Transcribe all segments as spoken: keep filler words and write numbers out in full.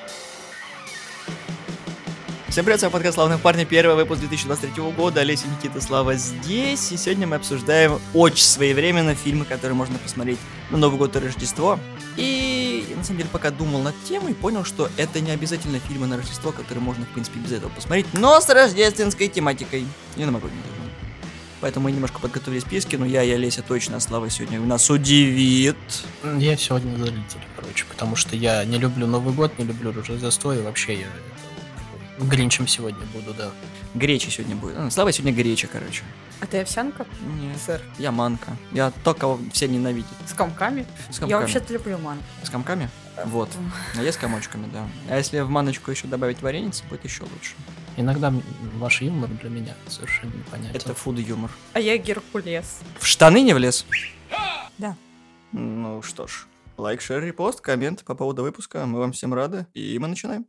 Всем привет, с вами подкаст «Славные парни», первый выпуск две тысячи двадцать третьего года. Олеся, Никита, Слава здесь. И сегодня мы обсуждаем очень своевременно фильмы, которые можно посмотреть на Новый год и Рождество. И я, на самом деле, пока думал над темой, понял, что это не обязательно фильмы на Рождество, которые можно, в принципе, без этого посмотреть, но с рождественской тематикой и новогодней тоже. Поэтому мы немножко подготовили списки, но я и Олеся точно, а Слава сегодня нас удивит. Я сегодня залетел, короче, потому что я не люблю Новый год, не люблю Рождество, и вообще я Гринчем сегодня буду, да. Греча сегодня будет. Ну, Слава сегодня греча, короче. А ты овсянка? Нет. Сыр. Я манка. Я то, кого все ненавидят. С комками? С комками. Я вообще-то люблю манку. С комками? Вот. А я с комочками, да. А если в маночку еще добавить вареницы, будет еще лучше. Иногда ваш юмор для меня совершенно непонятен. Это фуд-юмор. А я Геркулес. В штаны не влез? Да. Ну что ж. Лайк, шер, репост, коммент по поводу выпуска. Мы вам всем рады. И мы начинаем.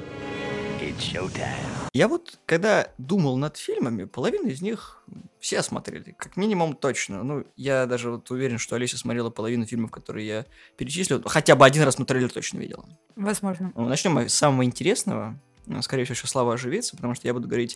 Я вот, когда думал над фильмами, половину из них все смотрели, как минимум точно. Ну, я даже вот уверен, что Олеся смотрела половину фильмов, которые я перечислил. Хотя бы один раз на трейлер точно видела. Возможно. Ну, начнем мы с самого интересного. Скорее всего, сейчас Слава оживится, потому что я буду говорить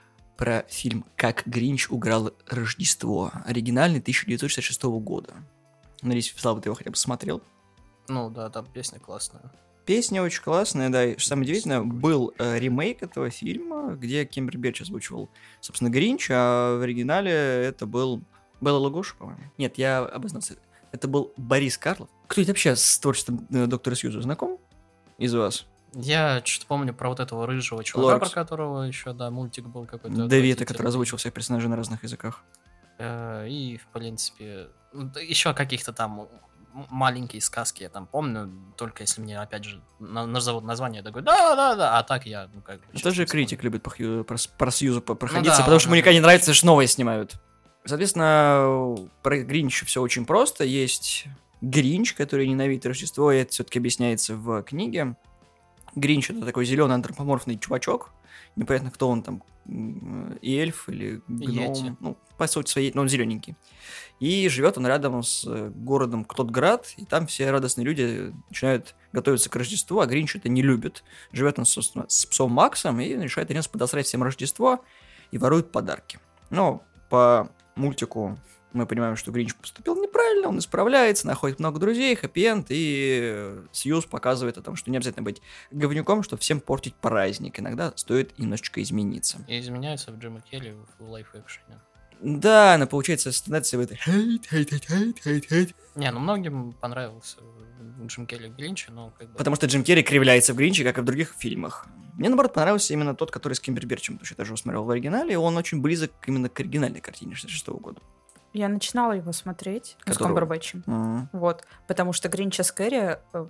про фильм «Как Гринч украл Рождество». Оригинальный тысяча девятьсот шестьдесят шестого года. Надеюсь, Слава, ты его хотя бы смотрел? Ну да, там песня классная. Песня очень классная, да, и что самое удивительное, был э, ремейк этого фильма, где Камбербэтч озвучивал, собственно, Гринч, а в оригинале это был Белла Лугош, по-моему. Нет, я обознался. Это был Борис Карлов. Кто-нибудь вообще с творчеством э, доктора Сьюза знаком из вас? Я что-то помню про вот этого рыжего чувака, Лоракс. про которого еще, да, мультик был какой-то. Дэвида, который озвучивал всех персонажей на разных языках. Э, И, в принципе, еще каких-то там маленькие сказки я там помню, только если мне, опять же, на- назовут название, я такой, да-да-да, а так я, ну, как бы... Тоже чуть-чуть критик вспомню. любит по, Хью- про, про Сьюзу по- проходиться, Ну да, потому что он- ему никогда не нравится, что новое снимают. Соответственно, про Гринча все очень просто. Есть Гринч, который ненавидит Рождество, и это все-таки объясняется в книге. Гринч — это такой зеленый антропоморфный чувачок. Непонятно, кто он там, м, и эльф или гном. Йети. Ну, по сути своей, но он зелененький. И живет он рядом с э, городом Ктотград, и там все радостные люди начинают готовиться к Рождеству, а Гринч это не любит. Живет он, собственно, с псом Максом и решает наконец подосрать всем Рождество и ворует подарки. Но по мультику мы понимаем, что Гринч поступил неправильно, он исправляется, находит много друзей, хэппи-энд, и Сьюз показывает о том, что не обязательно быть говнюком, чтобы всем портить праздник. Иногда стоит немножечко измениться. И изменяются в Джима Келли в лайф-экшене. Да, она, получается, становится в этой хейт, хейт, хейт, хейт, хейт, хейт. Не, ну многим понравился Джим Келли в Гринче, но как бы... Потому что Джим Керри кривляется в Гринче, как и в других фильмах. Мне, наоборот, понравился именно тот, который с Камбербэтчем, потому что я даже его смотрел в оригинале, и он очень близок именно к оригинальной картине шестьдесят шестого года. Я начинала его смотреть с Которого? Камбербэтчем. М. Вот. Потому что Гринча с Кэрри, э,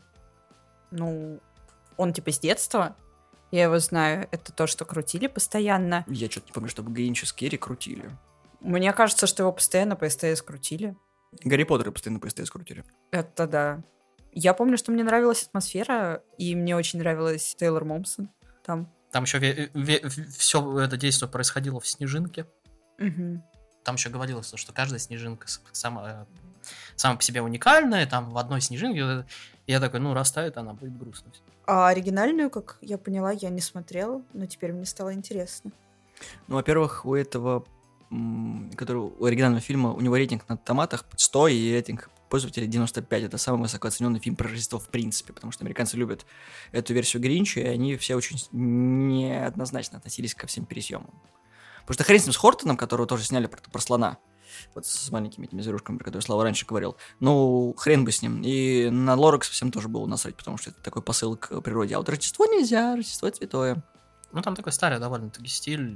ну, он типа с детства. Я его знаю. Это то, что крутили постоянно. Я что-то не помню, чтобы Гринча с Керри крутили. Мне кажется, что его постоянно по СТС крутили. Гарри Поттера постоянно по СТС крутили. Это да. Я помню, что мне нравилась атмосфера, и мне очень нравилась Тейлор Момсон там. Там еще все это действие происходило в снежинке. Мгм. Там еще говорилось, что каждая снежинка с- сама, сама по себе уникальная, там в одной снежинке, я такой, ну, растает, она будет грустной. А оригинальную, как я поняла, я не смотрела, но теперь мне стало интересно. Ну, во-первых, у этого, м, который, у оригинального фильма, у него рейтинг на томатах сто, и рейтинг пользователей девяносто пять. Это самый высокооцененный фильм про Рождество в принципе, потому что американцы любят эту версию Гринча, и они все очень неоднозначно относились ко всем пересъемам. Потому что хрен с ним, с Хортоном, которого тоже сняли про, про слона, вот с маленькими этими зверушками, про которые Слава раньше говорил, ну, хрен бы с ним. И на Лоракс всем тоже было насрать, потому что это такой посыл к природе. А вот Рождество нельзя, Рождество святое. Ну, там такой старый довольно-таки стиль,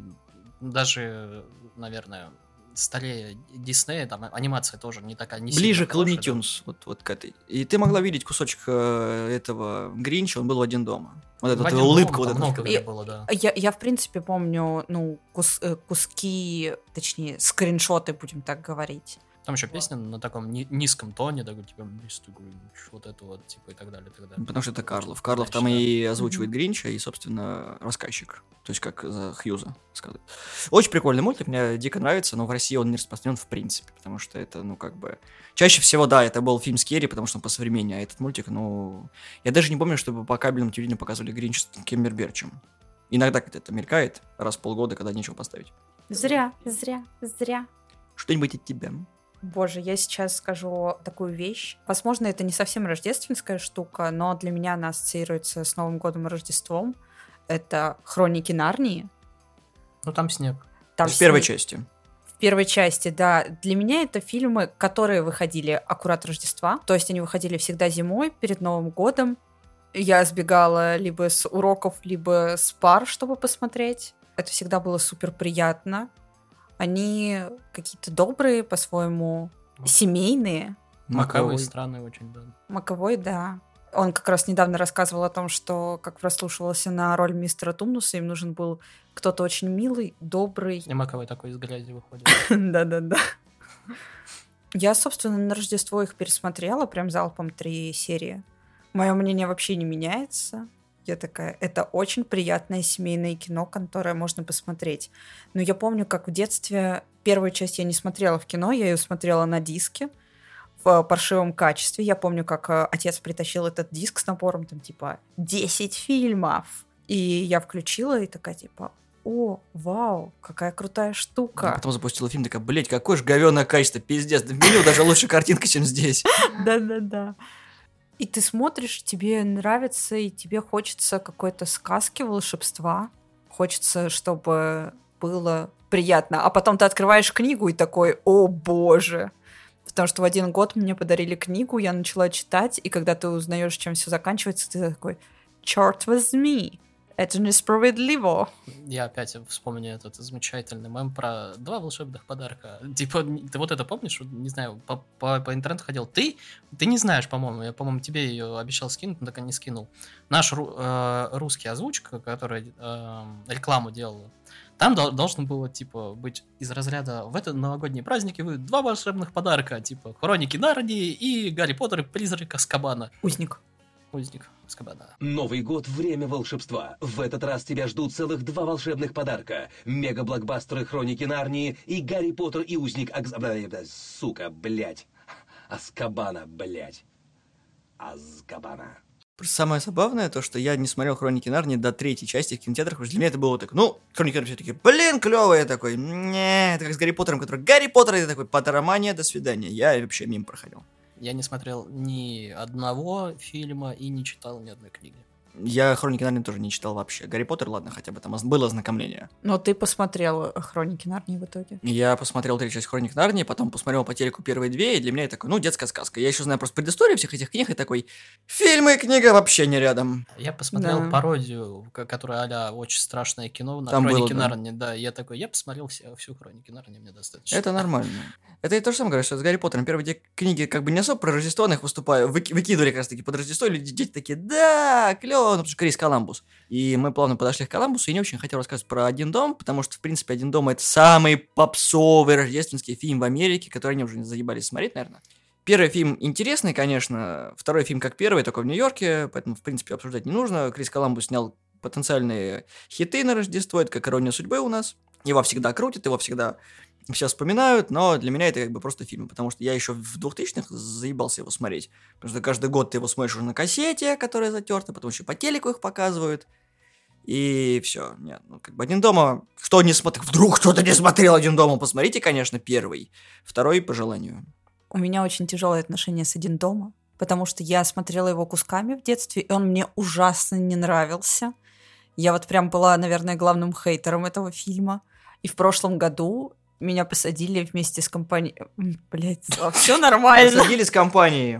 даже, наверное, старее Диснея, там анимация тоже не такая, не Ближе сильно к Луни хорошая, да. Тюнс, вот, вот к этой. И ты могла видеть кусочек э, этого Гринча, он был в «Один дома». Вот эта В вот «Один улыбка. дома» Вот там эта. много И- где было, да. Я, я, в принципе, помню, ну, кус- э, куски, точнее, скриншоты, будем так говорить, Там еще песня на таком ни- низком тоне, такой, типа, мистер Гринч, вот это вот, типа, и так далее, и так далее. Потому что это Карлов. Карлов Значит, там да. и озвучивает Мгм. Гринча, и, собственно, рассказчик. То есть как за Хьюза сказать. Очень прикольный мультик, мне дико нравится, но в России он не распространен в принципе, потому что это, ну, как бы... Чаще всего, да, это был фильм с Керри, потому что он посовременнее, а этот мультик, ну... Я даже не помню, чтобы по кабельному телевидению показывали Гринч с Кемберберчем. Иногда как-то это мелькает, раз в полгода, когда нечего поставить. Зря, зря, зря. Что-нибудь от тебя. Боже, я сейчас скажу такую вещь. Возможно, это не совсем рождественская штука, но для меня она ассоциируется с Новым годом и Рождеством. Это «Хроники Нарнии». Ну, там снег. Там В первой сни- части. В первой части, да. Для меня это фильмы, которые выходили аккурат Рождества. То есть они выходили всегда зимой, перед Новым годом. Я сбегала либо с уроков, либо с пар, чтобы посмотреть. Это всегда было супер приятно. Они какие-то добрые, по-своему, семейные. Маковые страны очень, да. Маковой, да. Он как раз недавно рассказывал о том, что как прослушивался на роль мистера Тумнуса, им нужен был кто-то очень милый, добрый. И Маковой такой из грязи выходит. Да-да-да. Я, собственно, на Рождество их пересмотрела, прям залпом три серии. Мое мнение вообще не меняется. Я такая, это очень приятное семейное кино, которое можно посмотреть. Но я помню, как в детстве первую часть я не смотрела в кино, я ее смотрела на диске в паршивом качестве. Я помню, как э, отец притащил этот диск с набором, там, типа, десять фильмов. И я включила и такая, типа, о, вау, какая крутая А штука. потом запустила фильм, такая, блять, какое же говёное качество, пиздец. Да в меню даже лучше картинка, чем здесь. Да-да-да. И ты смотришь, тебе нравится, и тебе хочется какой-то сказки, волшебства. Хочется, чтобы было приятно. А потом ты открываешь книгу и такой, о боже. Потому что в один год мне подарили книгу, я начала читать, и когда ты узнаешь, чем все заканчивается, ты такой, черт возьми, это несправедливо. Я опять вспомню этот замечательный мем про два волшебных подарка. Типа, ты вот это помнишь? Вот, не знаю, по, по, по интернету ходил. Ты, ты не знаешь, по-моему. Я, по-моему, тебе ее обещал скинуть, но так и не скинул. Наш ру, э, русский озвучка, которая э, рекламу делала, там дол- должно было, типа, быть из разряда в этот новогодние праздники вы два волшебных подарка, типа, Хроники Нарнии и Гарри Поттер и Призрак Азкабана. Узник. Узник Азкабана. Новый год – время волшебства. В этот раз тебя ждут целых два волшебных подарка. Мега-блокбастеры «Хроники Нарнии» и «Гарри Поттер и узник Азкабана». Сука, блядь. Азкабана, блядь. Азкабана. Самое забавное то, что я не смотрел «Хроники Нарнии» до третьей части в кинотеатрах, потому что для меня это было так, ну, «Хроники Нарнии» все такие, блин, клёвые, я такой, не, это как с Гарри Поттером, который Гарри Поттер, я такой, Поттеромания, до свидания, я вообще мимо проходил. Я не смотрел ни одного фильма и не читал ни одной книги. Я «Хроники Нарнии» тоже не читал вообще. Гарри Поттер, ладно, хотя бы там было ознакомление. Но ты посмотрел «Хроники Нарнии» в итоге. Я посмотрел третью часть «Хроник Нарнии», потом посмотрел по телеку первые две, и для меня это такой, ну, детская сказка. Я еще знаю просто предысторию всех этих книг, и такой, фильмы и книга вообще не рядом. Я посмотрел Да. пародию, ка- которая а-ля «Очень страшное кино» на Там было, «Хроники да. Нарнии». Да, я такой, я посмотрел все, всю «Хроники Нарнии», мне достаточно. Это нормально. Это и то же самое, говорю, что с Гарри Поттером. Первые две книги как бы не особо про Рождество, на их выступаю, выки- выкидывали как раз таки под Рождество, и люди- дети такие, да, клево, ну, потому что Крис Коламбус. И мы плавно подошли к Коламбусу, и не очень хотел рассказывать про «Один дом», потому что, в принципе, «Один дом» — это самый попсовый рождественский фильм в Америке, который они уже не заебались смотреть, наверное. Первый фильм интересный, конечно, второй фильм как первый, только в Нью-Йорке, поэтому, в принципе, обсуждать не нужно. Крис Коламбус снял потенциальные хиты на Рождество, это как «Ирония судьбы» у нас. Его всегда крутят, его всегда все вспоминают, но для меня это как бы просто фильм, потому что я еще в двухтысячных заебался его смотреть, потому что каждый год ты его смотришь уже на кассете, которая затерта, потом еще по телеку их показывают, и все. Нет, ну как бы «Один дома», кто не смотрел, вдруг кто-то не смотрел «Один дома», посмотрите, конечно, первый, второй по желанию. У меня очень тяжелое отношение с «Один дома», потому что я смотрела его кусками в детстве, и он мне ужасно не нравился. Я вот прям была, наверное, главным хейтером этого фильма. И в прошлом году меня посадили вместе с компанией... Блять, все нормально. Посадили с компанией.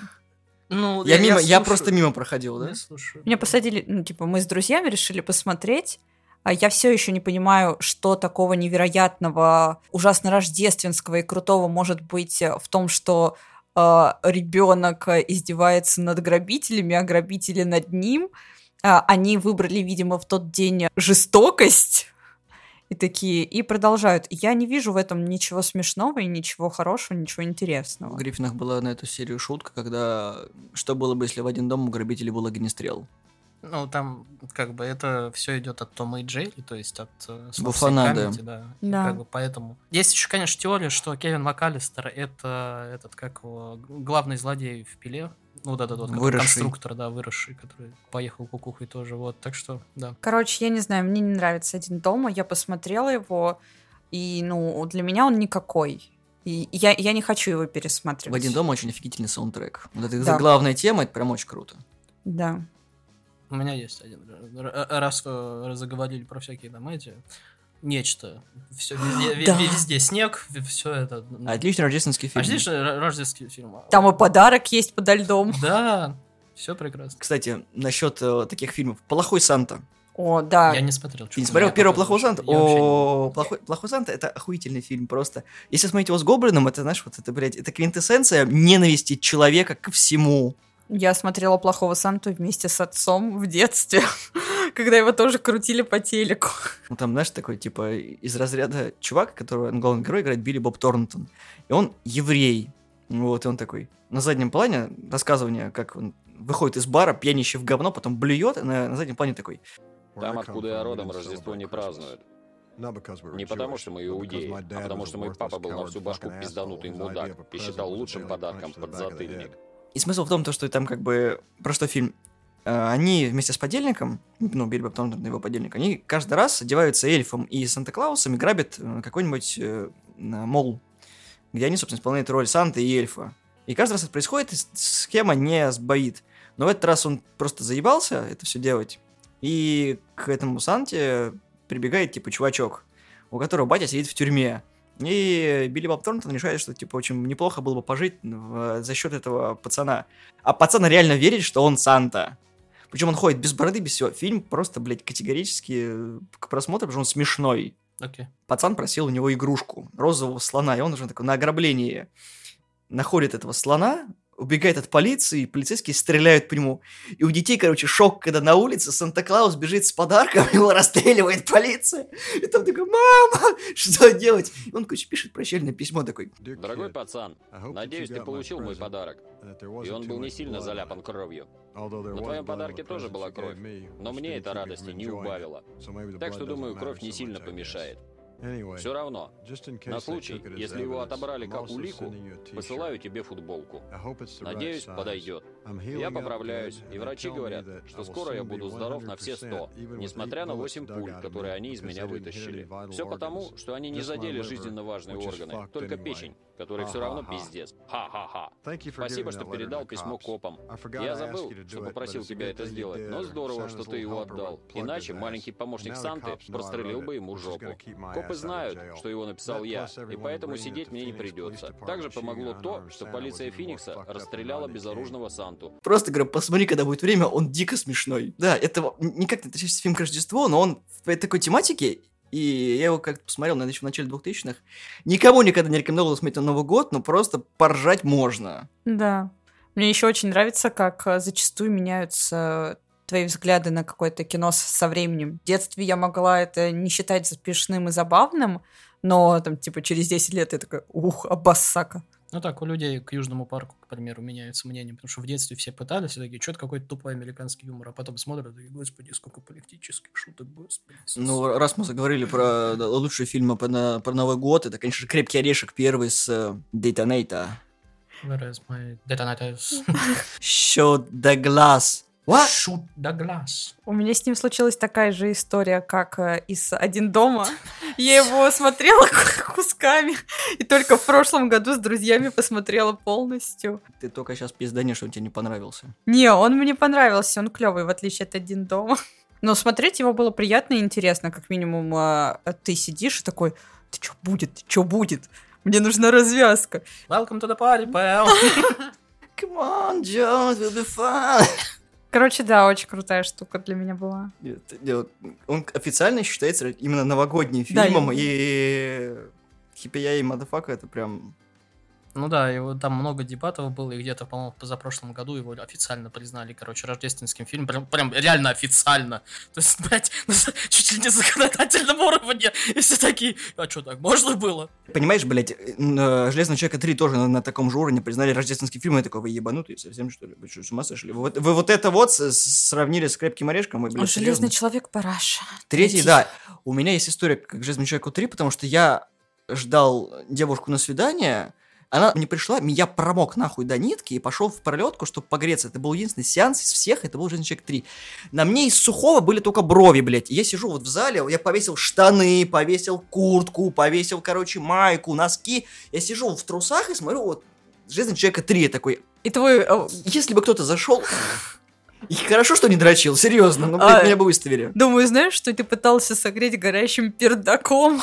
Ну, Я, мимо, я слушаю. просто мимо проходил, да? Я слушаю. Меня посадили, ну, типа, мы с друзьями решили посмотреть, а я все еще не понимаю, что такого невероятного, ужасно рождественского и крутого может быть в том, что э, ребенок издевается над грабителями, а грабители над ним. Э, они выбрали, видимо, в тот день жестокость. И И такие, и продолжают. Я не вижу в этом ничего смешного и ничего хорошего, ничего интересного. В Гриффинах была на эту серию шутка, когда что было бы, если в один дом у грабителей был огнестрел? Ну, там, как бы, это все идет от Тома и Джерри, то есть от э, слов Буфана, всей да. памяти, да. И Да. как бы поэтому. Есть еще, конечно, теория, что Кевин МакАлистер это этот, как его, главный злодей в Пиле. Ну, вот этот вот который Выросший. конструктор, да, выросший, который поехал кукухой тоже. Вот, так что, да. Короче, я не знаю, мне не нравится «Один дома». Я посмотрела его, и, ну, для меня он никакой. И я, я не хочу его пересматривать. В «Один дом» очень офигительный саундтрек. Вот это Да. главная тема, это прям очень круто. Да. У меня есть один. Р- Раз э, заговорили про всякие там эти... Нечто. Все везде, ве- Да. везде снег, все это. Отличный рождественский фильм. Отличный р- рождественский фильм. Там и подарок есть подо льдом. Да, все прекрасно. Кстати, насчет э, таких фильмов. «Плохой Санта». О, да. Я не смотрел. Ты не чё-то смотрел меня первого показывали, «Плохого Санта»? я вообще не- О, «Плохой, «Плохой Санта» — это охуительный фильм просто. Если смотреть его с Гоблином, это, знаешь, вот это, блядь, это квинтэссенция ненависти человека ко всему. Я смотрела «Плохого Санту» вместе с отцом в детстве, когда его тоже крутили по телеку. Ну, там, знаешь, такой, типа, из разряда чувак, которого главный герой играет Билли Боб Торнтон. И он еврей. Вот, и он такой. На заднем плане рассказывание, как он выходит из бара, пьянище в говно, потом блюет, и на, на заднем плане такой. Там, откуда я родом, Рождество не празднуют. Не потому, что мы иудеи, а потому, что мой папа был на всю башку пизданутый мудак и считал лучшим подарком подзатыльник. И смысл в том, то, что там как бы... Про что фильм? Э, Они вместе с подельником, ну, Билли Боб Торнтон и его подельник, они каждый раз одеваются эльфом и Санта-Клаусом и грабят э, какой-нибудь э, на- мол, где они, собственно, исполняют роль Санты и эльфа. И каждый раз это происходит, и с- схема не сбоит. Но в этот раз он просто заебался это все делать. И к этому Санте прибегает, типа, чувачок, у которого батя сидит в тюрьме. И Билли Боб Торнтон решает, что, типа, очень неплохо было бы пожить в- за счет этого пацана. А пацан реально верит, что он Санта. Причем он ходит без бороды, без всего. Фильм просто, блядь, категорически э, к просмотру, потому что он смешной. Окей. Пацан просил у него игрушку, розового слона, и он уже такой на ограблении находит этого слона, убегает от полиции, полицейские стреляют по нему. И у детей, короче, шок, когда на улице Санта-Клаус бежит с подарком, его расстреливает полиция. И там такой, мама, что делать? И он, короче, пишет прощальное письмо такой. Дорогой пацан, надеюсь, ты получил мой подарок. И он был не сильно заляпан кровью. На твоем подарке тоже была кровь, Но мне это радости не убавило. Так что, думаю, кровь не сильно помешает. Все равно, на случай, если его отобрали как улику, посылаю тебе футболку. Надеюсь, подойдет. Я поправляюсь, и врачи говорят, что скоро я буду здоров на все сто, несмотря на восемь пуль, которые они из меня вытащили. Все потому, что они не задели жизненно важные органы, только печень, которой все равно пиздец. Ха-ха-ха. Спасибо, что передал письмо копам. Я забыл, что попросил тебя это сделать, но здорово, что ты его отдал. Иначе маленький помощник Санты прострелил бы ему жопу. Копы знают, что его написал я, и поэтому сидеть мне не придется. Также помогло то, что полиция Феникса расстреляла безоружного Санту. Просто, говорю, посмотри, когда будет время, он дико смешной. Да, это никак не отличается фильм к Рождеству, но он в такой тематике, и я его как-то посмотрел, наверное, еще в начале двухтысячных. Никому никогда не рекомендовал смотреть на Новый год, но просто поржать можно. Да. Мне еще очень нравится, как э, зачастую меняются твои взгляды на какое-то кино с- со временем. В детстве я могла это не считать смешным и забавным, но там, типа, через десять лет я такая, ух, обоссака. Ну так, у людей к Южному парку, к примеру, меняется мнение, потому что в детстве все пытались, и такие, что-то какой-то тупой американский юмор, а потом смотрят, и такие, господи, сколько политических шуток, господи. Ну, раз мы заговорили про да, лучшие фильмы про, на- про Новый год, это, конечно же, «Крепкий орешек» первый с э, Дейтонейта. Where is my detonators? Shoot the glass. What? Shoot the glass. У меня с ним случилась такая же история, как э, из «Один дома». Я его смотрела кусками, и только в прошлом году с друзьями посмотрела полностью. Ты только сейчас пизданешь, что он тебе не понравился. Не, он мне понравился, он клевый, в отличие от «Один дома». Но смотреть его было приятно и интересно. Как минимум, э, ты сидишь и такой, ты что будет, что будет? Мне нужна развязка. Welcome to the party, pal. Come on, John, we'll be fun. Короче, да, очень крутая штука для меня была. Нет, нет, он официально считается именно новогодним Да, фильмом, я- и Хиппи и Мадафака это прям Ну да, его там много дебатов было, и где-то, по-моему, в позапрошлом году его официально признали, короче, рождественским фильмом. Прям, прям реально официально. То есть, блядь, чуть ли не законодательном уровне. И все такие, а что, так можно было? Понимаешь, блядь, «Железного человека три» тоже на, на таком же уровне признали рождественский фильм. Я такой, вы ебанутые совсем, что ли? Вы что, с ума сошли? Вы, вы, вы вот это вот сравнили с «Крепким орешком»? Вы, блядь, «Железный серьезно? человек» параша. Третий, Третий, да. У меня есть история к «Железному человеку три», потому что я ждал девушку на свидание. Она не пришла, я промок нахуй до нитки и пошел в пролетку, чтобы погреться. Это был единственный сеанс из всех, это был «Железный человек три». На мне из сухого были только брови, блядь. Я сижу вот в зале, я повесил штаны, повесил куртку, повесил, короче, майку, носки. Я сижу в трусах и смотрю вот «Железный человека три». Я такой... И твой... Если бы кто-то зашел... И хорошо, что не дрочил, серьезно, ну, блядь, а, меня бы выставили. Думаю, знаешь, что ты пытался согреть горящим пердаком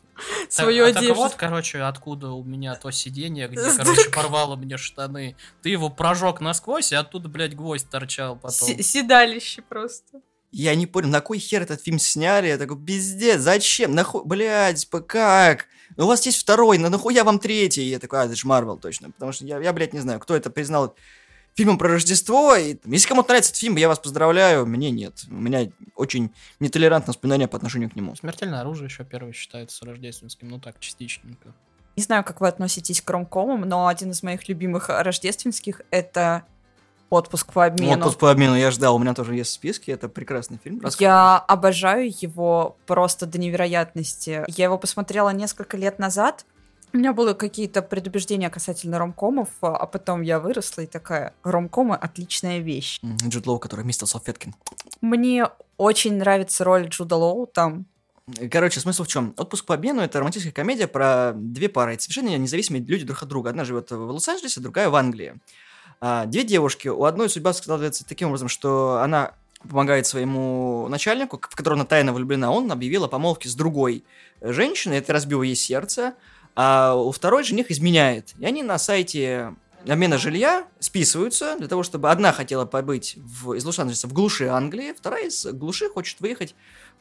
свою так, одежду. А так вот, короче, откуда у меня то сиденье, где, короче, порвало мне штаны. Ты его прожег насквозь, и оттуда, блядь, гвоздь торчал потом. С- седалище просто. Я не понял, на кой хер этот фильм сняли? Я такой, пиздец, зачем? Нахуй, блядь, как? У вас есть второй, но нахуя вам третий? Я такой, а, это же Марвел точно. Потому что я, я, блядь, не знаю, кто это признал фильмом про Рождество. И, если кому-то нравится этот фильм, я вас поздравляю, мне нет. У меня очень нетолерантное воспоминание по отношению к нему. «Смертельное оружие» еще первый считается рождественским, ну так, частичненько. Не знаю, как вы относитесь к ромкомам, но один из моих любимых рождественских — это «Отпуск по обмену». «Отпуск по обмену» я ждал, у меня тоже есть в списке, это прекрасный фильм. Я обожаю его просто до невероятности. Я его посмотрела несколько лет назад. У меня были какие-то предубеждения касательно ромкомов, а потом я выросла и такая, ромкомы — отличная вещь. Джуд Лоу, который мистер Салфеткин. Мне очень нравится роль Джуда Лоу там. Короче, смысл в чем? «Отпуск по обмену» — это романтическая комедия про две пары. Это совершенно независимые люди друг от друга. Одна живет в Лос-Анджелесе, другая в Англии. А, две девушки. У одной судьба складывается таким образом, что она помогает своему начальнику, в которого она тайно влюблена. Он объявил о помолвке с другой женщиной. Это разбило ей сердце. А у второй жених изменяет. И они на сайте обмена жилья списываются для того, чтобы одна хотела побыть в, из Лос-Анджелеса в глуши Англии, вторая из глуши хочет выехать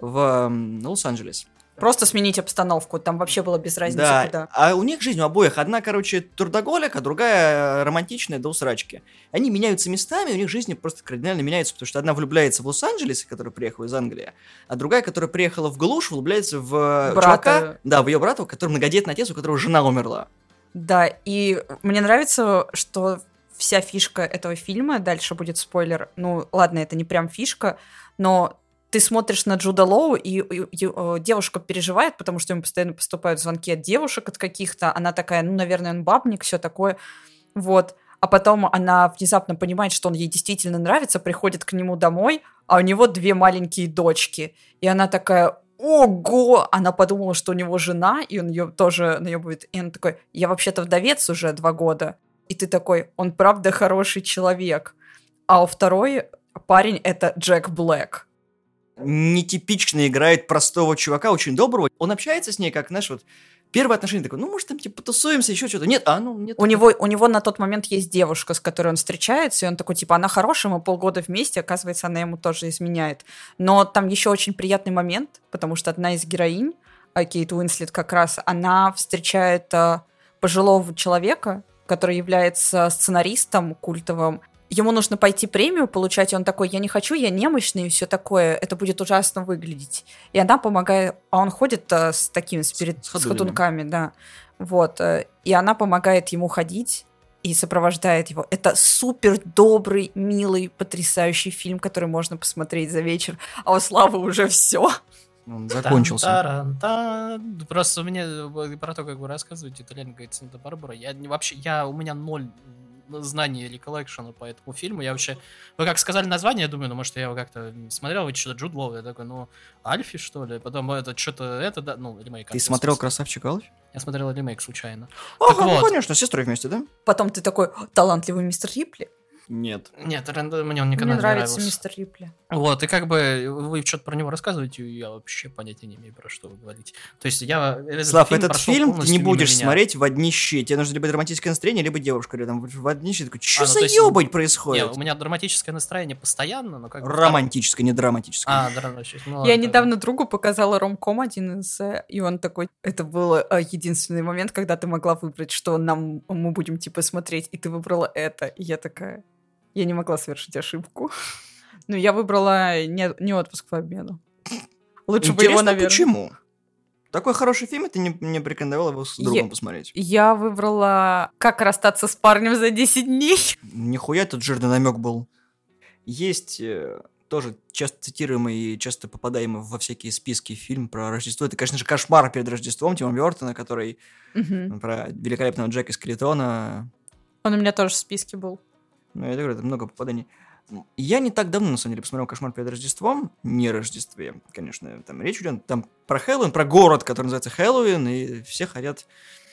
в Лос-Анджелес. Просто сменить обстановку, там вообще было без разницы да, куда. А у них жизнь у обоих. Одна, короче, трудоголик, а другая романтичная до усрачки. Они меняются местами, у них жизни просто кардинально меняются, потому что одна влюбляется в Лос-Анджелесе, которая приехала из Англии, а другая, которая приехала в глушь, влюбляется в брата. чувака, да, в ее брата, который многодетный отец, у которого жена умерла. Да, и мне нравится, что вся фишка этого фильма, дальше будет спойлер, ну ладно, это не прям фишка, но ты смотришь на Джуда Лоу, и, и, и девушка переживает, потому что ему постоянно поступают звонки от девушек, от каких-то. Она такая, ну, наверное, он бабник, все такое. Вот. А потом она внезапно понимает, что он ей действительно нравится, приходит к нему домой, а у него две маленькие дочки. И она такая, ого! Она подумала, что у него жена, и он ее тоже наебывает. И он такой, я вообще-то вдовец уже два года. И ты такой, он правда хороший человек. А у второй парень — это Джек Блэк. Нетипично играет простого чувака, очень доброго. Он общается с ней, как, знаешь, вот первое отношение такое, ну, может, там, типа, потусуемся, еще что-то. Нет, а, ну, нет. У него, у него на тот момент есть девушка, с которой он встречается, и он такой, типа, она хорошая, мы полгода вместе, оказывается, она ему тоже изменяет. Но там еще очень приятный момент, потому что одна из героинь, Кейт Уинслет как раз, она встречает а, пожилого человека, который является сценаристом культовым. Ему нужно пойти премию получать, и он такой, я не хочу, я немощный, и все такое, это будет ужасно выглядеть. И она помогает, а он ходит а, с такими, с, перед, с, с ходунками, да, вот, а, и она помогает ему ходить и сопровождает его. Это супер добрый, милый, потрясающий фильм, который можно посмотреть за вечер, а у Славы уже все. Он закончился. Тан-таран-тан. Просто у меня про то, как вы рассказываете, итальянец говорит Санта-Барбара, я вообще, я, у меня ноль знаний реколлекшена по этому фильму. Я вообще... Вы как сказали название, я думаю, ну, может, я его как-то смотрел, вы что-то Джуд Лоу, я такой, ну, Альфи, что ли? Потом это что-то, это, да, ну, ремейк. Ты смотрел «Красавчик Альфи»? Я смотрел ремейк случайно. А, так ну, вот. Конечно, с сестрой вместе, да? Потом ты такой, талантливый мистер Рипли. Нет. Нет, Рэндалл, мне он никогда Мне не нравится нравился. мистер Рипли. Вот, и как бы вы что-то про него рассказываете, я вообще понятия не имею, про что вы говорите. То есть я... Этот Слав, фильм этот прошел фильм ты полностью не мимо будешь меня. смотреть в одни щи. Тебе нужно либо драматическое настроение, либо девушка рядом. В одни щи. Такой, что А, ну, за то есть- ёбань Не, происходит? у меня драматическое настроение постоянно, но как бы... Романтическое, не драматическое. А, драматическое. Ну, Я ладно, недавно другу показала ромком один из, э, и он такой, это был э, единственный момент, когда ты могла выбрать, что нам мы будем типа смотреть, и ты выбрала это, и я такая, я не могла совершить ошибку. Ну, я выбрала не, не отпуск по обмену. Лучше бы его, Интересно, наверное. почему? Такой хороший фильм, и ты не, не порекомендовал его с другом Я- посмотреть. Я выбрала «Как расстаться с парнем за десять дней». Нихуя тут жирный намек был. Есть э, тоже часто цитируемый и часто попадаемый во всякие списки фильм про Рождество. Это, конечно же, «Кошмар перед Рождеством» Тима Бёртона, который Мгм. про великолепного Джека Скелетона. Он у меня тоже в списке был. Ну, я говорю, это много попаданий. Я не так давно, на самом деле, посмотрел «Кошмар перед Рождеством». Не Рождестве, конечно. Там речь идет там про Хэллоуин, про город, который называется Хэллоуин, и все хотят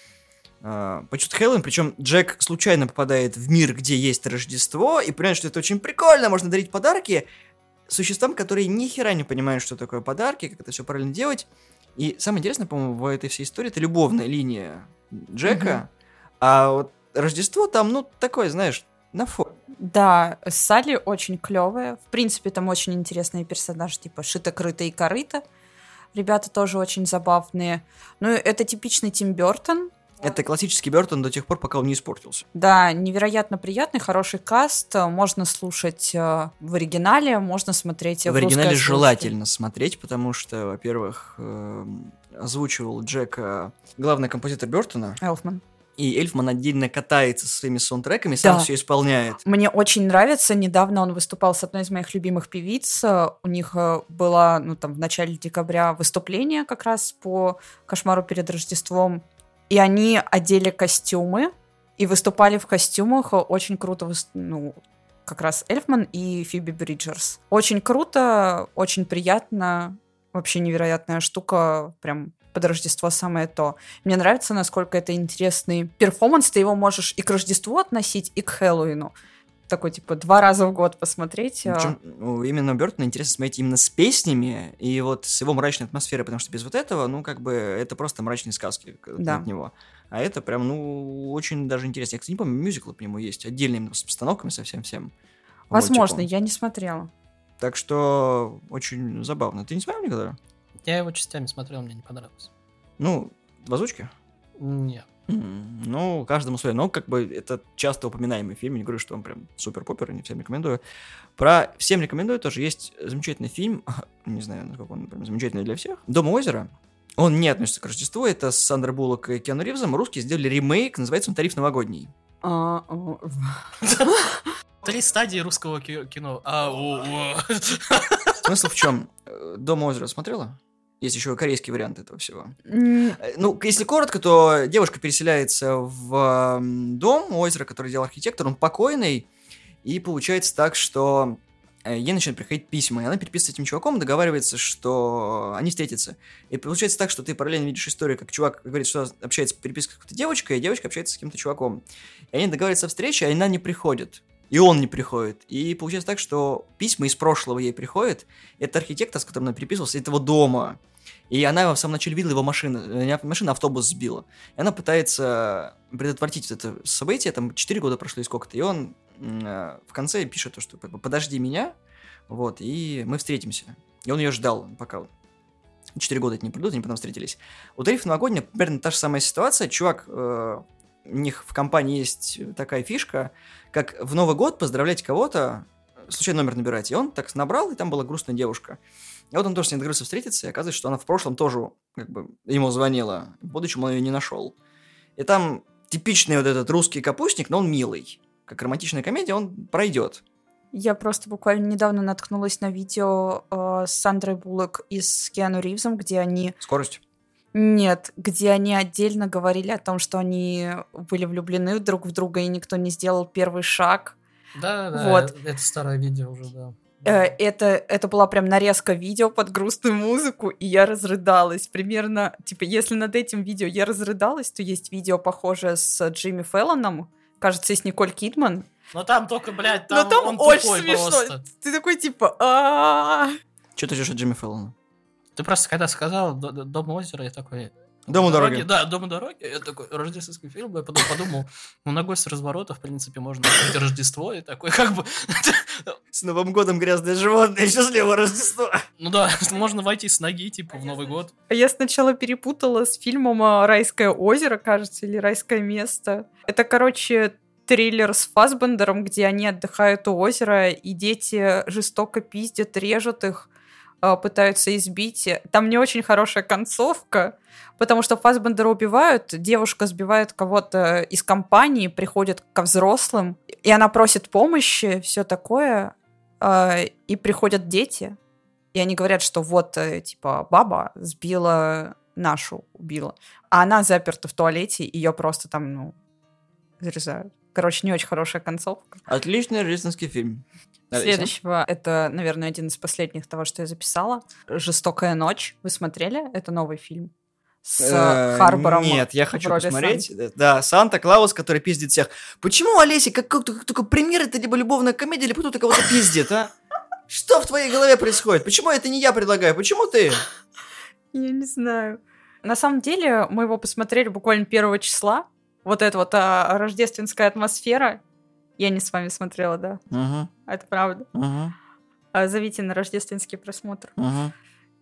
э, почувствовать Хэллоуин. Причем Джек случайно попадает в мир, где есть Рождество, и понимает, что это очень прикольно, можно дарить подарки существам, которые ни хера не понимают, что такое подарки, как это все правильно делать. И самое интересное, по-моему, в этой всей истории, это любовная линия Джека, а вот Рождество там, ну, такое, знаешь, на фоне. Да, Салли очень клевая. В принципе, там очень интересные персонажи, типа Шита, Крыта и Корыта. Ребята тоже очень забавные. Ну, это типичный Тим Бёртон. Это классический Бёртон до тех пор, пока он не испортился. Да, невероятно приятный, хороший каст. Можно слушать э, в оригинале, можно смотреть в В оригинале русской озвучке. желательно смотреть, потому что, во-первых, эм, озвучивал Джека главный композитор Бёртона, Элфман. и Эльфман отдельно катается со своими саундтреками, сам Да. все исполняет. Мне очень нравится. Недавно он выступал с одной из моих любимых певиц. Э, У них э, было, ну, там, в начале декабря выступление как раз по «Кошмару перед Рождеством». И они одели костюмы и выступали в костюмах. Очень круто, выс- ну, как раз Эльфман и Фиби Бриджерс. Очень круто, очень приятно. Вообще невероятная штука. Прям под Рождество самое то. Мне нравится, насколько это интересный перформанс. Ты его можешь и к Рождеству относить, и к Хэллоуину. Такой, типа, два раза в год посмотреть. а. Причем ну, именно Бёртона интересно смотреть именно с песнями и вот с его мрачной атмосферой, потому что без вот этого, ну, как бы, это просто мрачные сказки Да. от него. А это прям, ну, очень даже интересно. Я, кстати, не помню, мюзиклы по нему есть, отдельные именно с постановками со всем-всем. Возможно, мультиком. я не смотрела. Так что очень забавно. Ты не смотрел никогда? Я его частями смотрел, мне не понравилось. Ну, в озвучке? Нет. М, Ну, каждому свое. Но, как бы, это часто упоминаемый фильм. Не говорю, что он прям супер-пупер, не всем рекомендую. Про всем рекомендую тоже. Есть замечательный фильм, не знаю, насколько он прям замечательный для всех. «Дом у озера». Он не относится к Рождеству. Это с Сандрой Буллок и Киану Ривзом. Русские сделали ремейк, называется он «Тариф новогодний». А, о, Три стадии русского ки- кино. А, о, о. Смысл в чем? «Дом у озера» смотрела? Есть еще корейский вариант этого всего. м, Э, Ну, если коротко, то девушка переселяется в м, дом у озера, который делал архитектор, он покойный, и получается так, что э, ей начинают приходить письма, и она переписывается с этим чуваком, договаривается, что они встретятся. И получается так, что ты параллельно видишь историю, как чувак говорит, что общается по переписке с какой-то девочкой, и девочка общается с каким-то чуваком. И они договариваются о встрече, а она не приходит. И он не приходит. И получается так, что письма из прошлого ей приходят. Это архитектор, с которым она переписывалась, этого дома. И она в самом начале видела его машину, не машина, автобус сбила. И она пытается предотвратить это событие, там четыре года прошло и сколько-то, и он м, э, в конце пишет то, что как бы, подожди меня, вот, и мы встретимся. И он ее ждал, пока четыре года это не придут, они потом встретились. У «Тарифа новогодняя» примерно та же самая ситуация. Чувак, э, у них в компании есть такая фишка, как в Новый год поздравлять кого-то, случайно номер набирать. И он так набрал, и там была грустная девушка. И вот он тоже с ней договорился встретиться, и оказывается, что она в прошлом тоже как бы ему звонила. В будущем он ее не нашел. И там типичный вот этот русский капустник, но он милый. Как романтичная комедия, он пройдет. Я просто буквально недавно наткнулась на видео э, с Сандрой Буллок и с Киану Ривзом, где они... Скорость. Нет, где они отдельно говорили о том, что они были влюблены друг в друга, и никто не сделал первый шаг. Да, да, Вот. это, это старое видео уже, да. Э, Это, это была прям нарезка видео под грустную музыку, и я разрыдалась. Примерно, типа, если над этим видео я разрыдалась, то есть видео, похожее с Джимми Фэллоном, кажется, и с Николь Кидман. Но там только, блядь, Но там там он очень тупой смешно. просто. Ты такой, типа, а Что ты ждешь от Джимми Фэллона? Ты просто когда сказал «Д- д- «Дом у озера», я такой... «Дом у дороги». Да, «Дом у дороги». Я такой, рождественский фильм. Я потом подумал, ну, на гость с разворота, в принципе, можно открыть Рождество. И такой, как бы... С Новым годом, грязное животное, счастливого Рождества. Ну да, можно войти с ноги, типа, в Новый год. Я сначала перепутала с фильмом а, «Райское озеро», кажется, или «Райское место». Это, короче, триллер с Фассбендером, где они отдыхают у озера, и дети жестоко пиздят, режут их, а, пытаются избить. Там не очень хорошая концовка, потому что Фассбендера убивают, девушка сбивает кого-то из компании, приходит ко взрослым, и она просит помощи, все такое, а, и приходят дети, и они говорят, что вот, э, типа, баба сбила нашу, убила, а она заперта в туалете, ее просто там, ну, зарезают. Короче, не очень хорошая концовка. Отличный рождественский фильм. Следующего, это, наверное, один из последних того, что я записала. «Жестокая ночь». Вы смотрели? Это новый фильм. С Э, Харбором. Нет, я в хочу роли посмотреть. Санты. Да, Санта-Клаус, который пиздит всех. Почему, Олеся, как, как, как только пример, это либо любовная комедия, либо кто-то кого-то пиздит, а? Что в твоей голове происходит? Почему это не я предлагаю? Почему ты? Я не знаю. На самом деле, мы его посмотрели буквально первого числа. Вот эта вот а, рождественская атмосфера. Я не с вами смотрела, да. Угу, Это правда. угу, А, зовите на рождественский просмотр. угу.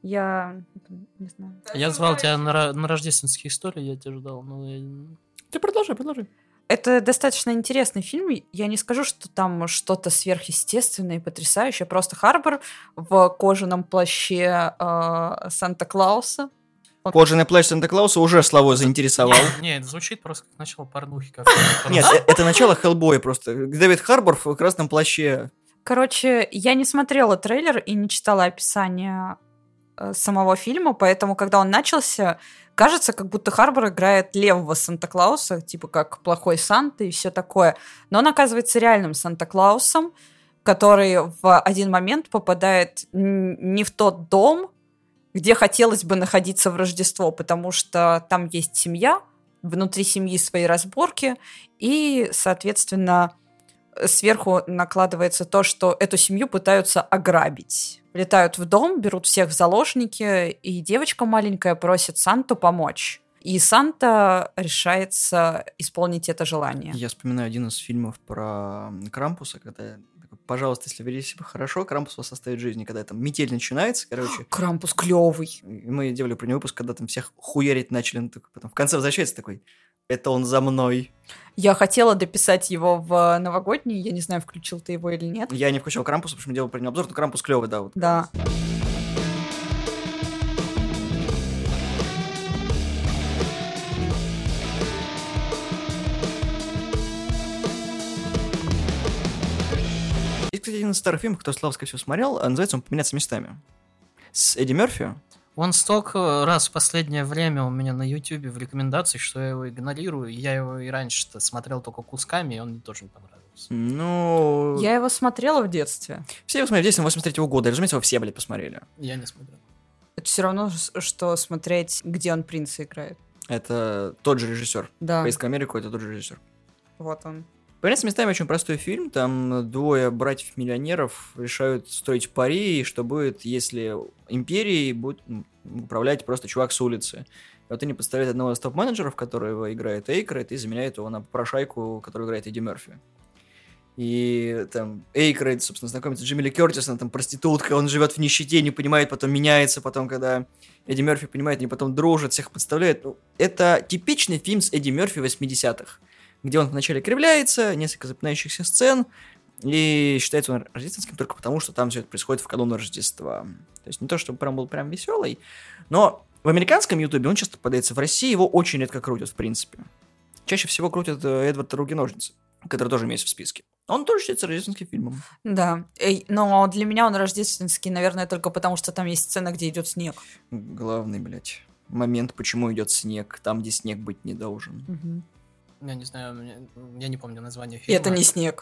Я не знаю. Я звал тебя на, ро- на рождественские истории, я тебя ждал, но я... Ты продолжай, продолжай. Это достаточно интересный фильм. Я не скажу, что там что-то сверхъестественное и потрясающее. Просто Харбор в кожаном плаще э, Санта-Клауса. Кожаный плащ Санта-Клауса уже Славой заинтересовал. Не, это звучит просто как начало порнухи. Как Нет, э- это начало Хеллбоя просто. Дэвид Харбор в красном плаще. Короче, я не смотрела трейлер и не читала описание э, самого фильма, поэтому, когда он начался, кажется, как будто Харбор играет левого Санта-Клауса, типа как плохой Санта и все такое. Но он оказывается реальным Санта-Клаусом, который в один момент попадает н- не в тот дом, где хотелось бы находиться в Рождество, потому что там есть семья, внутри семьи свои разборки, и, соответственно, сверху накладывается то, что эту семью пытаются ограбить. Летают в дом, берут всех в заложники, и девочка маленькая просит Санту помочь. И Санта решается исполнить это желание. Я вспоминаю один из фильмов про Крампуса, когда, такой, пожалуйста, если вы ведете себя хорошо, Крампус вас оставит в жизни. Когда там метель начинается, короче. Крампус клевый. И мы делали про него выпуск, когда там всех хуярить начали. Он такой, потом в конце возвращается такой, это он за мной. Я хотела дописать его в новогодний, я не знаю, включил ты его или нет. Я не включал Крампуса, потому что мы делали про него обзор, но Крампус клевый, да. Вот. Да. Есть, кстати, один из старых фильмов, который Слава, скорее всего, смотрел, а называется он «Поменяться местами». С Эдди Мерфи. Он столько раз в последнее время у меня на Ютубе в рекомендациях, что я его игнорирую. Я его и раньше-то смотрел только кусками, и он мне тоже не понравился. Ну... Я его смотрела в детстве. Все его смотрели в детстве, восемьдесят третьего года. И, разумеется, его все, блядь, посмотрели. Я не смотрел. Это все равно, что смотреть, где он принца играет. Это тот же режиссер. Да, «Поиск в Америку» — это тот же режиссер. вот он. «Поменяться местами» очень простой фильм. Там двое братьев-миллионеров решают строить пари, что будет, если империей будет управлять просто чувак с улицы. И вот они подставляют одного из топ-менеджеров, которого играет Эйкройд, и заменяют его на попрошайку, которую играет Эдди Мерфи. И там Эйкройд, собственно, знакомится с Джимми Ли Кёртис, она там проститутка, он живет в нищете, не понимает, потом меняется, потом, когда Эдди Мерфи понимает, они потом дружат, всех подставляют. Ну, это типичный фильм с Эдди Мерфи восьмидесятых, где он вначале кривляется, несколько запоминающихся сцен, и считается он рождественским только потому, что там все это происходит в канун Рождества. То есть не то, чтобы прям был прям веселый, но в американском ютубе он часто попадается, в России его очень редко крутят, в принципе. Чаще всего крутят Эдвард Руки-ножницы, который тоже есть в списке. Он тоже считается рождественским фильмом. Да, Эй, но для меня он рождественский, наверное, только потому, что там есть сцена, где идет снег. Главный, блядь, момент, почему идет снег, там, где снег быть не должен. Угу. Я не знаю, мне- я не помню название И фильма. это не снег.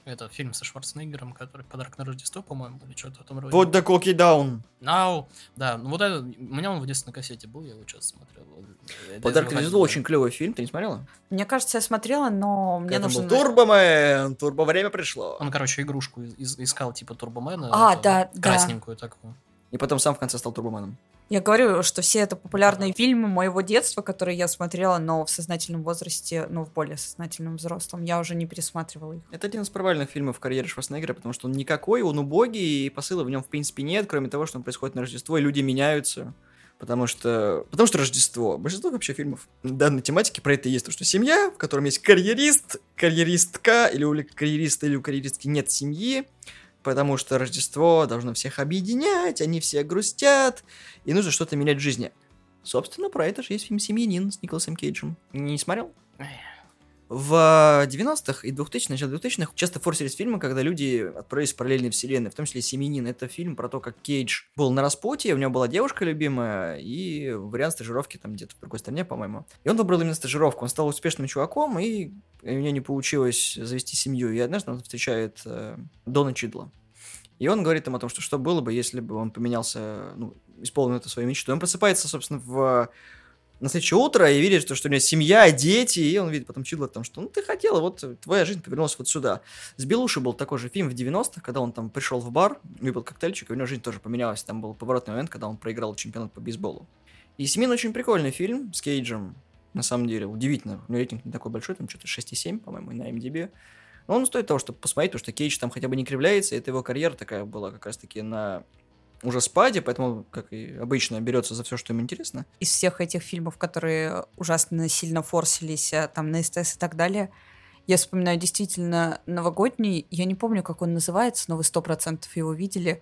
Это фильм со Шварценеггером, который «Подарок на Рождество», по-моему, или что-то в этом роде. Put the cookie down. Now. Да, ну вот это, у меня он в детстве на кассете был, я его часто смотрел. «Подарок на Рождество» очень клевый фильм, ты не смотрела? Мне кажется, я смотрела, но мне Когда нужно... был Турбомен, турбо-время пришло. Он, короче, игрушку из- искал, типа Турбомена. А, да, да. Красненькую такую. И потом сам в конце стал Турбоменом. Я говорю, что все это популярные фильмы моего детства, которые я смотрела, но в сознательном возрасте, ну, в более сознательном взрослом. Я уже не пересматривала их. Это один из провальных фильмов в карьере Шварценеггера, потому что он никакой, он убогий, и посыла в нем, в принципе, нет, кроме того, что он происходит на Рождество, и люди меняются. Потому что... Потому что Рождество. Большинство вообще фильмов данной тематики про это есть. То, что семья, в котором есть карьерист, карьеристка, или у карьериста, или у карьеристки нет семьи, потому что Рождество должно всех объединять, они все грустят, и нужно что-то менять в жизни. Собственно, про это же есть фильм «Семьянин» с Николасом Кейджем. Не смотрел? В девяностых и двухтысячных, начале двухтысячных часто форсились фильмы, когда люди отправились в параллельные вселенные, в том числе «Семьянин». Это фильм про то, как Кейдж был на распутье, у него была девушка любимая, и вариант стажировки там где-то в другой стране, по-моему. И он выбрал именно стажировку, он стал успешным чуваком, и у него не получилось завести семью. И однажды он встречает э, Дона Чидла. И он говорит им о том, что что было бы, если бы он поменялся, ну, исполнил эту свою мечту. Он просыпается, собственно, в... на следующее утро и видит, что, что у него семья, дети, и он видит потом Чидла, потому что, ну, ты хотела, вот твоя жизнь повернулась вот сюда. С Белуши был такой же фильм в девяностых, когда он там пришел в бар, выпил коктейльчик, и у него жизнь тоже поменялась. Там был поворотный момент, когда он проиграл чемпионат по бейсболу. И «Семьянин» очень прикольный фильм с Кейджем, на самом деле, удивительно. У него рейтинг не такой большой, там что-то шесть и семь, по-моему, на эм ди би. Но он стоит того, чтобы посмотреть, потому что Кейдж там хотя бы не кривляется, и это его карьера такая была как раз-таки на уже спаде, поэтому, как и обычно, берется за все, что ему интересно. Из всех этих фильмов, которые ужасно сильно форсились, там, на СТС и так далее, я вспоминаю действительно новогодний, я не помню, как он называется, но вы сто процентов его видели,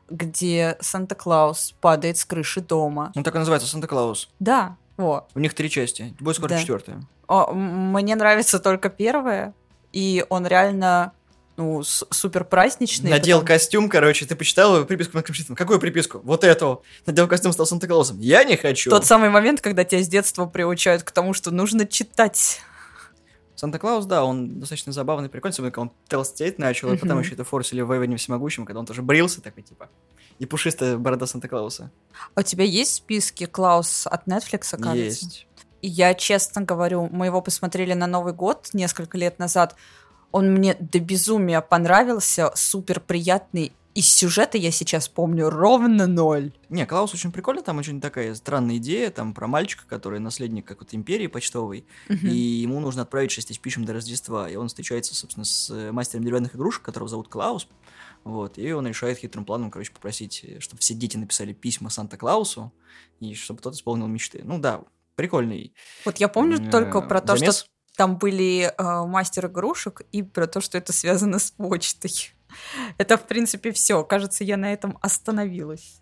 где Санта-Клаус падает с крыши дома. Он так и называется, «Санта-Клаус». Да, вот. У них три части, будет скоро Да. четвертая. О, м- мне нравится только первая, и он реально, ну, с- супер праздничный. Надел потом- костюм, короче, ты почитал приписку на компьютере. Какую приписку? Вот эту. Надел костюм, стал Санта-Клаусом. Я не хочу. Тот самый момент, когда тебя с детства приучают к тому, что нужно читать. Санта-Клаус, да, он достаточно забавный, прикольный, особенно когда он толстеть начал, и потом Мгм. еще это форсили в Эйвене Всемогущем, когда он тоже брился такой, типа, и пушистая борода Санта-Клауса. А у тебя есть в списке Клаус от Netflix, кажется? Есть. И я, честно говорю, мы его посмотрели на Новый год несколько лет назад. Он мне до безумия понравился, супер приятный. Из сюжета я сейчас помню ровно ноль. Не, Клаус очень прикольно, там очень такая странная идея, там про мальчика, который наследник какой-то империи почтовой, Мгм. и ему нужно отправить шесть тысяч писем до Рождества, и он встречается, собственно, с э, мастером деревянных игрушек, которого зовут Клаус, вот, и он решает хитрым планом, короче, попросить, чтобы все дети написали письма Санта-Клаусу, и чтобы тот исполнил мечты. Ну да, прикольный Вот я помню э, только про то, замес. что там были э, мастер игрушек, и про то, что это связано с почтой. Это, в принципе, все. Кажется, я на этом остановилась.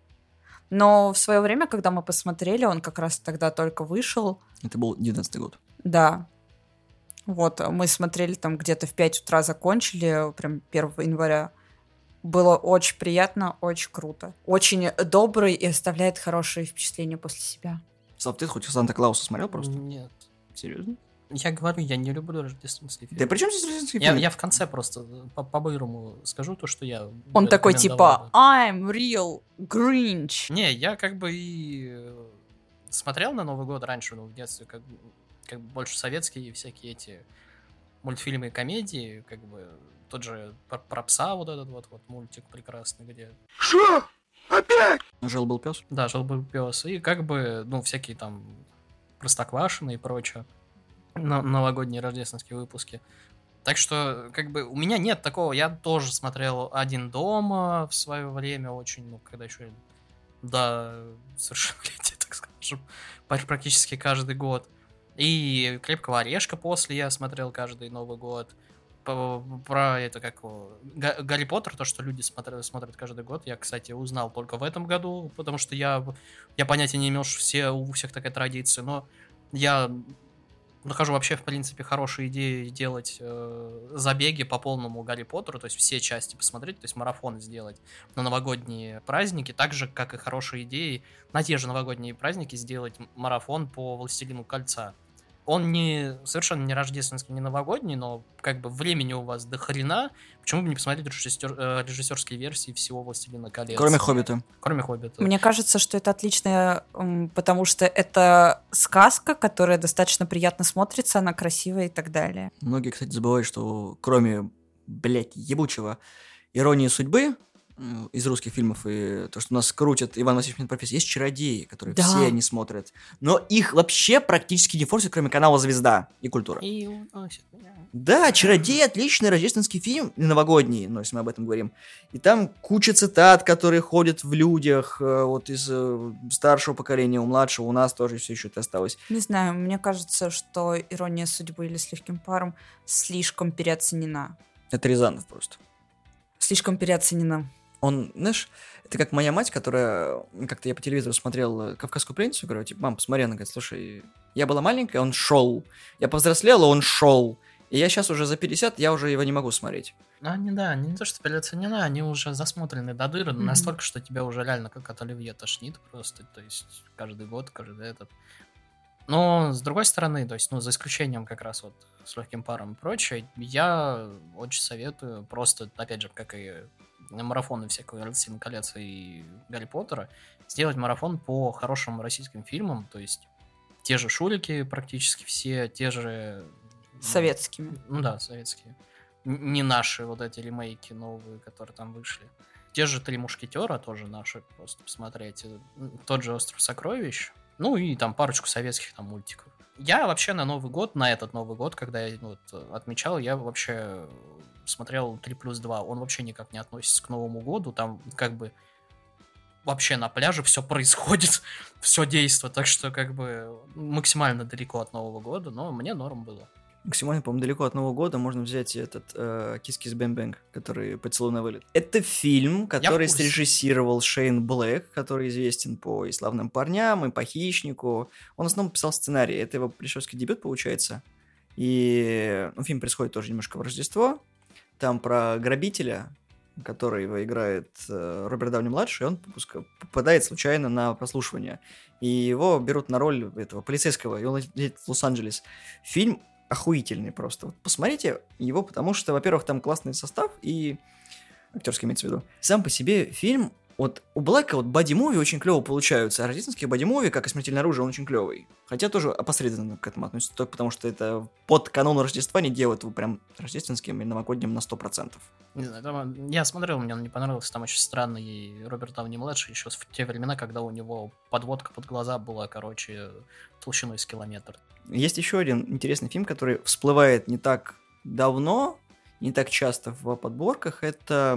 Но в свое время, когда мы посмотрели, он как раз тогда только вышел. Это был девятнадцатый год. Да. Вот, мы смотрели там где-то в пять утра, закончили, прям первого января. Было очень приятно, очень круто. Очень добрый и оставляет хорошие впечатления после себя. Слав, ты хоть Санта-Клауса смотрел просто? Нет. Серьезно? Я говорю, я не люблю рождественские фильмы. Да при чем здесь рождественский Я, фильм? я в конце просто по- по-бырому скажу то, что я... Он такой рекомендовал типа бы. I'm real Grinch. Не, я как бы и э, смотрел на Новый год раньше, ну, в детстве, как, бы- как бы больше советские всякие эти мультфильмы и комедии, как бы тот же про, про пса вот этот вот, вот мультик прекрасный, где... Жил-был пес. Да, жил-был пес. И как бы, ну, всякие там Простоквашино и прочее. Но- новогодние рождественские выпуски. Так что, как бы, у меня нет такого. Я тоже смотрел «Один дома» в свое время очень, ну, когда еще до совершеннолетия, так скажем, пр- практически каждый год. И «Крепкого орешка» после я смотрел каждый Новый год. По- Про это, как его, Га- Гарри Поттер, то, что люди смотрят, смотрят каждый год, я, кстати, узнал только в этом году, потому что я, я понятия не имел, что все, у всех такая традиция, но я нахожу вообще, в принципе, хорошие идеи делать э, забеги по полному Гарри Поттеру, то есть все части посмотреть, то есть марафон сделать на новогодние праздники, так же, как и хорошие идеи на те же новогодние праздники сделать м- марафон по «Властелину кольца». он не совершенно не рождественский, не новогодний, но как бы времени у вас до хрена. Почему бы не посмотреть режиссер, э, режиссерские версии всего «Властелина колец»? Кроме «Хоббита». Кроме «Хоббита». Мне кажется, что это отлично, потому что это сказка, которая достаточно приятно смотрится, она красивая и так далее. Многие, кстати, забывают, что кроме, блядь, ебучего «Иронии судьбы», из русских фильмов, и то, что нас крутят Иван Васильевич Меняет профессию, есть «Чародеи», которые да. все они смотрят. Но их вообще практически не форсят, кроме канала «Звезда» и «Культура». И уносит меня. Да, «Чародеи» — отличный рождественский фильм, новогодний, но если мы об этом говорим. И там куча цитат, которые ходят в людях, вот из старшего поколения, у младшего, у нас тоже все еще это осталось. Не знаю, мне кажется, что «Ирония судьбы» или «С легким паром» слишком переоценена. Это Рязанов просто. Слишком переоценена. Он, знаешь, это как моя мать, которая... Как-то я по телевизору смотрел «Кавказскую пленницу», говорю, типа, мам, посмотри, она говорит, слушай, я была маленькая, он шел. Я повзрослела, он шел. И я сейчас уже за пятьдесят, я уже его не могу смотреть. Ну, они, да, они не то, что переоценены, они уже засмотрены до дыры, mm-hmm. настолько, что тебя уже реально как от оливье тошнит просто. То есть каждый год, каждый этот... Но, с другой стороны, то есть, ну, за исключением как раз вот «С легким паром» и прочее, я очень советую просто, опять же, как и марафоны всякого «Властелина колец» и «Гарри Поттера», сделать марафон по хорошим российским фильмам, то есть те же «Шурики» практически все, те же... Советскими. Ну, ну да, советские. Не наши вот эти ремейки новые, которые там вышли. Те же «Три мушкетера» тоже наши, просто посмотреть. Тот же «Остров сокровищ». Ну и там парочку советских там мультиков. Я вообще на Новый год, на этот Новый год, когда я вот, отмечал, я вообще смотрел три плюс два. Он вообще никак не относится к Новому году. Там как бы вообще на пляже все происходит, все действует. Так что как бы максимально далеко от Нового года, но мне норм было. Максимально, по-моему, далеко от Нового года можно взять этот э, «Kiss Kiss Bang Bang», который «Поцелуй на вылет». Это фильм, который срежиссировал Шейн Блэк, который известен по «И славным парням», и по «Хищнику». Он в основном писал сценарий. Это его режиссерский дебют, получается. И ну, фильм происходит тоже немножко в Рождество. Там про грабителя, который его играет э, Роберт Дауни-младший, он попадает случайно на прослушивание. И его берут на роль этого полицейского, и он едет в Лос-Анджелес. Фильм охуительный просто. Вот посмотрите его, потому что, во-первых, там классный состав и актерский имеется в виду. Сам по себе фильм, вот у Блэка вот боди-муви очень клево получаются, а рождественские боди-муви, как и «Смертельное оружие», он очень клевый. Хотя тоже опосредованно к этому относится, только потому что это под канон Рождества не делают его прям рождественским и новогодним на сто процентов. Не знаю, там, я смотрел, мне он не понравился, там очень странный Роберт Дауни-младший, еще в те времена, когда у него подводка под глаза была, короче, толщиной с километр. Есть еще один интересный фильм, который всплывает не так давно, не так часто в подборках, это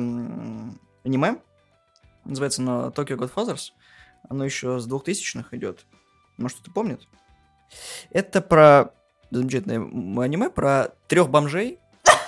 аниме, называется оно Tokyo Godfathers, оно еще с двухтысячных идет, может кто-то помнит? Это про замечательное аниме, про трех бомжей.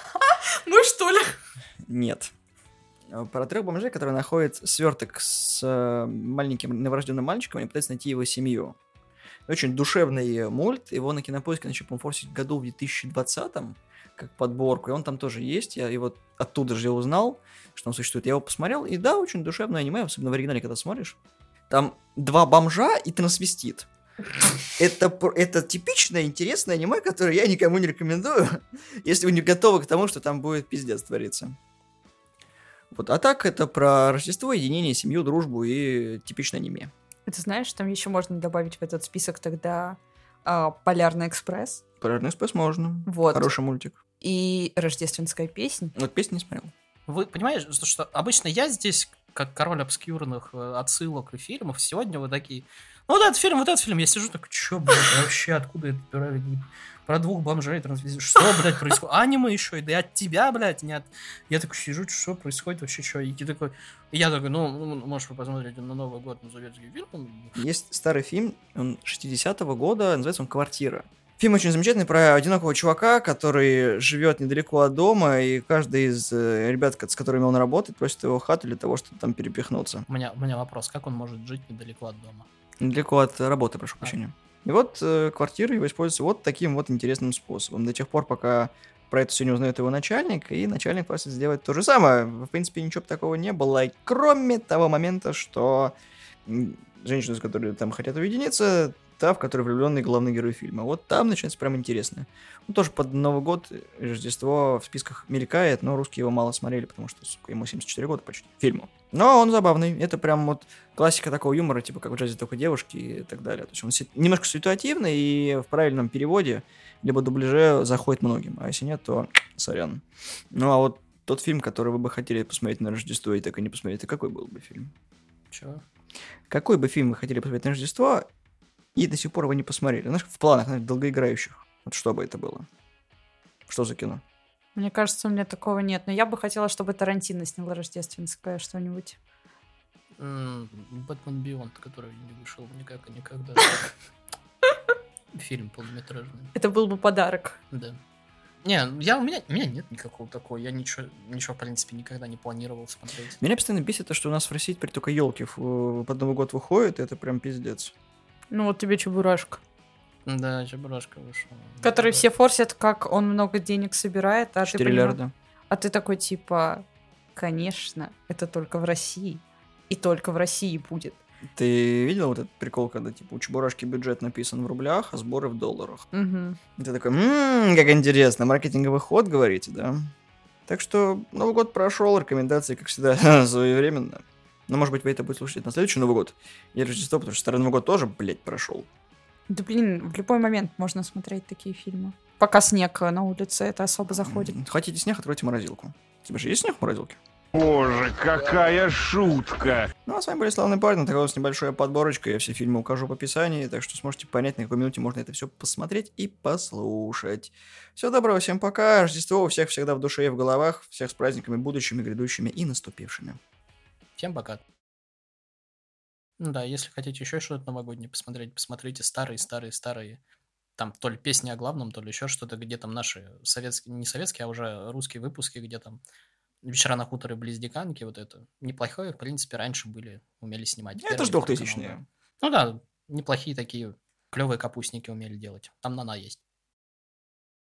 Мы что ли? Нет. Про трех бомжей, которые находят сверток с маленьким новорожденным мальчиком, они пытаются найти его семью. Очень душевный мульт, его на Кинопоиске начали, по-моему, форсить году в две тысячи двадцатом, как подборку, и он там тоже есть, я его оттуда же узнал, что он существует, я его посмотрел, и да, очень душевное аниме, особенно в оригинале, когда смотришь. Там два бомжа и трансвестит. Это, это типичное интересное аниме, которое я никому не рекомендую, если вы не готовы к тому, что там будет пиздец твориться. Вот, а так это про Рождество, единение, семью, дружбу и типичное аниме. Ты знаешь, там еще можно добавить в этот список тогда а, «Полярный экспресс». «Полярный экспресс» можно. Вот. Хороший мультик. И «Рождественская песня». Вот песню не смотрел. Вы понимаете, что, что обычно я здесь, как король обскюрных отсылок и фильмов, сегодня вы такие... Ну, вот этот фильм, вот этот фильм. Я сижу такой, чё, блядь, вообще, откуда это пирали? Про двух бомжей трансвестит. Что, блядь, происходит? Аниме еще, и да и от тебя, блядь, не от... Я такой сижу, что происходит вообще, что? И ты такой... И я такой, ну, можешь вы посмотреть на Новый год на советский фильм. Есть старый фильм, он шестидесятого года, называется он «Квартира». Фильм очень замечательный про одинокого чувака, который живет недалеко от дома, и каждый из ребят, с которыми он работает, просит его в хату для того, чтобы там перепихнуться. У меня, у меня вопрос, как он может жить недалеко от дома? Недалеко от работы, прошу прощения. А. И вот э, квартира его используется вот таким вот интересным способом. До тех пор, пока про это все не узнает его начальник, и начальник просит сделать то же самое. В принципе, ничего такого не было, кроме того момента, что женщины, с которыми там хотят уединиться, та, в которой влюбленный главный герой фильма. Вот там начинается прям интересно. Ну, тоже под Новый год, Рождество в списках мелькает, но русские его мало смотрели, потому что, сука, ему семьдесят четыре года почти, фильму. Но он забавный. Это прям вот классика такого юмора, типа как в «Джазе только девушки» и так далее. То есть он немножко ситуативный и в правильном переводе, либо дубляже заходит многим. А если нет, то сорян. Ну, а вот тот фильм, который вы бы хотели посмотреть на Рождество и так и не посмотреть, это какой был бы фильм? Чего? Какой бы фильм вы хотели посмотреть на Рождество и до сих пор вы не посмотрели? Знаешь, в планах, знаешь, долгоиграющих. Вот что бы это было? Что за кино? Мне кажется, у меня такого нет. Но я бы хотела, чтобы Тарантино снял рождественское что-нибудь. Бэтмен Бионд, который не вышел никак и никогда. Фильм полнометражный. Это был бы подарок. Да. Не, я, у, меня, у меня нет никакого такого. Я ничего, ничего, в принципе, никогда не планировал смотреть. Меня постоянно бесит то, что у нас в России теперь только елки под Новый год выходят, и это прям пиздец. Ну вот тебе Чебурашка. Да, Чебурашка вышел. Который да. все форсят, как он много денег собирает. А четыре ты миллиарда. Понимаешь, а ты такой типа, конечно, это только в России. И только в России будет. Ты видел вот этот прикол, когда типа у Чебурашки бюджет написан в рублях, а сборы в долларах? Угу. И ты такой, ммм, как интересно, маркетинговый ход, говорите, да? Так что Новый год прошел, рекомендации, как всегда, своевременно. Но, может быть, вы это будете слушать на следующий Новый год и Рождество, потому что Старый Новый год тоже, блядь, прошел. Да блин, в любой момент можно смотреть такие фильмы. Пока снег на улице, это особо заходит. Хотите снег, откройте морозилку. У тебя же есть снег в морозилке? Боже, какая шутка! Ну, а с вами были славные парни. Такая у нас небольшая подборочка. Я все фильмы укажу в описании, так что сможете понять, на какой минуте можно это все посмотреть и послушать. Всего доброго, всем пока. Рождество у всех всегда в душе и в головах. Всех с праздниками будущими, грядущими и наступившими. Всем пока. Ну да, если хотите еще что-то новогоднее посмотреть, посмотрите старые-старые-старые. Там то ли песни о главном, то ли еще что-то, где там наши советские, не советские, а уже русские выпуски, где там «Вечера на хуторе близ Диканьки», вот это. Неплохое, в принципе, раньше были, умели снимать. Это же двухтысячные. Ну да, неплохие такие, клевые капустники умели делать. Там Нана есть.